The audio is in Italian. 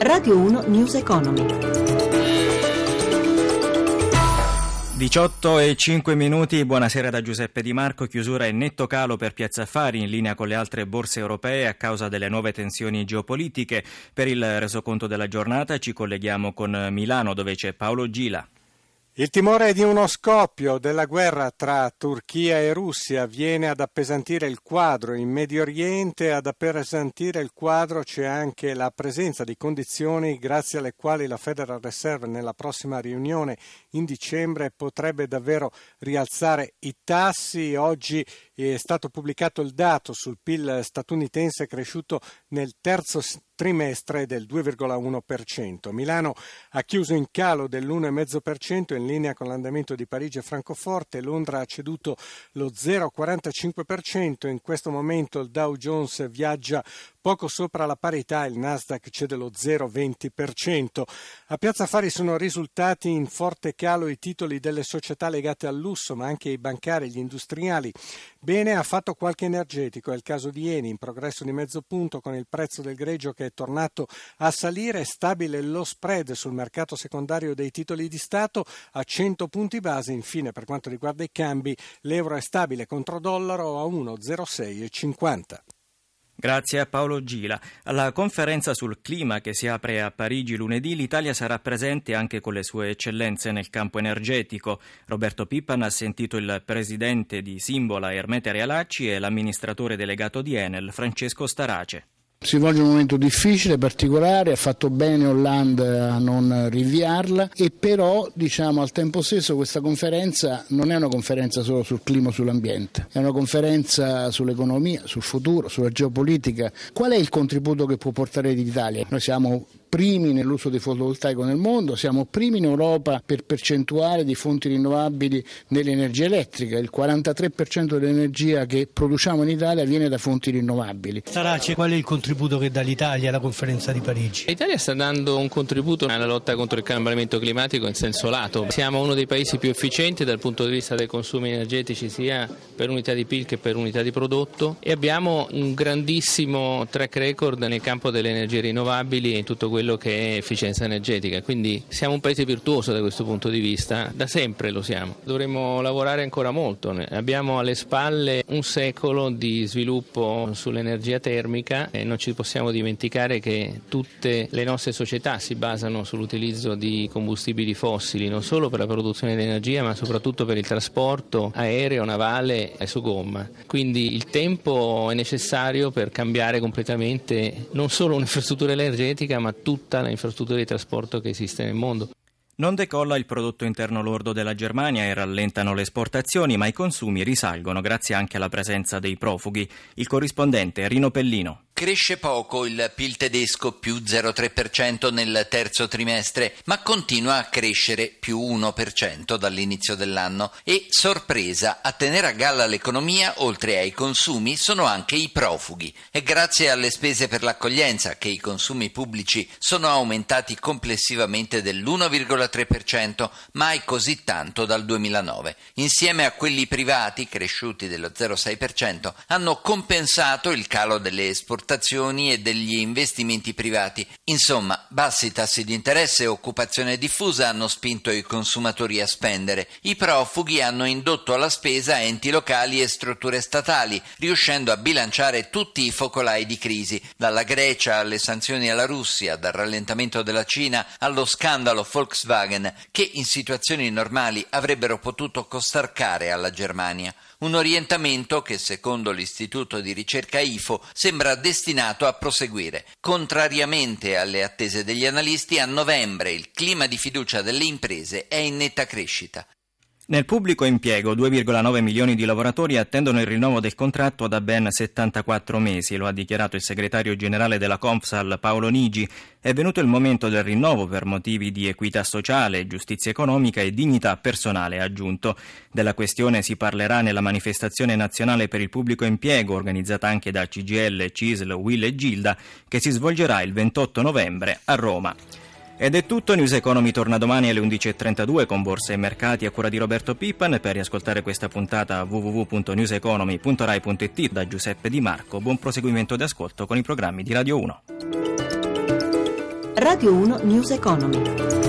Radio 1 News Economy. 18:05, buonasera da Giuseppe Di Marco. Chiusura e netto calo per Piazza Affari in linea con le altre borse europee a causa delle nuove tensioni geopolitiche. Per il resoconto della giornata ci colleghiamo con Milano, dove c'è Paolo Gila. Il timore di uno scoppio della guerra tra Turchia e Russia viene ad appesantire il quadro in Medio Oriente. Ad appesantire il quadro c'è anche la presenza di condizioni grazie alle quali la Federal Reserve nella prossima riunione in dicembre potrebbe davvero rialzare i tassi. Oggi è stato pubblicato il dato sul PIL statunitense cresciuto nel terzo trimestre del 2,1%. Milano ha chiuso in calo dell'1,5% in linea con l'andamento di Parigi e Francoforte. Londra ha ceduto lo 0,45%. In questo momento il Dow Jones viaggia poco sopra la parità, il Nasdaq cede lo 0,20%. A Piazza Affari sono risultati in forte calo i titoli delle società legate al lusso, ma anche i bancari e gli industriali. Bene ha fatto qualche energetico, è il caso di Eni, in progresso di mezzo punto con il prezzo del greggio che è tornato a salire. È stabile lo spread sul mercato secondario dei titoli di Stato a 100 punti base. Infine, per quanto riguarda i cambi, l'euro è stabile contro dollaro a 1,0650. Grazie a Paolo Gila. Alla conferenza sul clima che si apre a Parigi lunedì, l'Italia sarà presente anche con le sue eccellenze nel campo energetico. Roberto Pippan ha sentito il presidente di Simbola Ermete Realacci e l'amministratore delegato di Enel Francesco Starace. Si svolge un momento difficile, particolare, ha fatto bene Hollande a non rinviarla, e però al tempo stesso questa conferenza non è una conferenza solo sul clima o sull'ambiente, è una conferenza sull'economia, sul futuro, sulla geopolitica. Qual è il contributo che può portare l'Italia? Noi siamo primi nell'uso di fotovoltaico nel mondo, siamo primi in Europa per percentuale di fonti rinnovabili nell'energia elettrica, il 43% dell'energia che produciamo in Italia viene da fonti rinnovabili. Starace, qual è il contributo che dà l'Italia alla conferenza di Parigi? L'Italia sta dando un contributo alla lotta contro il cambiamento climatico in senso lato. Siamo uno dei paesi più efficienti dal punto di vista dei consumi energetici sia per unità di PIL che per unità di prodotto, e abbiamo un grandissimo track record nel campo delle energie rinnovabili e in tutto quello che è efficienza energetica, quindi siamo un paese virtuoso da questo punto di vista, da sempre lo siamo. Dovremo lavorare ancora molto, abbiamo alle spalle un secolo di sviluppo sull'energia termica e non ci possiamo dimenticare che tutte le nostre società si basano sull'utilizzo di combustibili fossili, non solo per la produzione di energia ma soprattutto per il trasporto aereo, navale e su gomma. Quindi il tempo è necessario per cambiare completamente non solo un'infrastruttura energetica ma tutta l'infrastruttura di trasporto che esiste nel mondo. Non decolla il prodotto interno lordo della Germania e rallentano le esportazioni, ma i consumi risalgono grazie anche alla presenza dei profughi. Il corrispondente Rino Pellino. Cresce poco il PIL tedesco, più 0,3% nel terzo trimestre, ma continua a crescere più 1% dall'inizio dell'anno. E sorpresa, a tenere a galla l'economia, oltre ai consumi, sono anche i profughi. È grazie alle spese per l'accoglienza che i consumi pubblici sono aumentati complessivamente dell'1,3%, mai così tanto dal 2009. Insieme a quelli privati, cresciuti dello 0,6%, hanno compensato il calo delle esportazioni e degli investimenti privati. Insomma, bassi tassi di interesse e occupazione diffusa hanno spinto i consumatori a spendere. I profughi hanno indotto alla spesa enti locali e strutture statali, riuscendo a bilanciare tutti i focolai di crisi, dalla Grecia alle sanzioni alla Russia, dal rallentamento della Cina allo scandalo Volkswagen, che in situazioni normali avrebbero potuto costar care alla Germania. Un orientamento che, secondo l'istituto di ricerca IFO, sembra destinato a proseguire. Contrariamente alle attese degli analisti, a novembre il clima di fiducia delle imprese è in netta crescita. Nel pubblico impiego 2,9 milioni di lavoratori attendono il rinnovo del contratto da ben 74 mesi, lo ha dichiarato il segretario generale della Confsal Paolo Nigi. È venuto il momento del rinnovo per motivi di equità sociale, giustizia economica e dignità personale, ha aggiunto. Della questione si parlerà nella manifestazione nazionale per il pubblico impiego, organizzata anche da CGIL, CISL, UIL e Gilda, che si svolgerà il 28 novembre a Roma. Ed è tutto, News Economy torna domani alle 11.32 con Borse e Mercati a cura di Roberto Pippan. Per riascoltare questa puntata www.newseconomy.rai.it da Giuseppe Di Marco. Buon proseguimento di ascolto con i programmi di Radio 1. Radio 1 News Economy.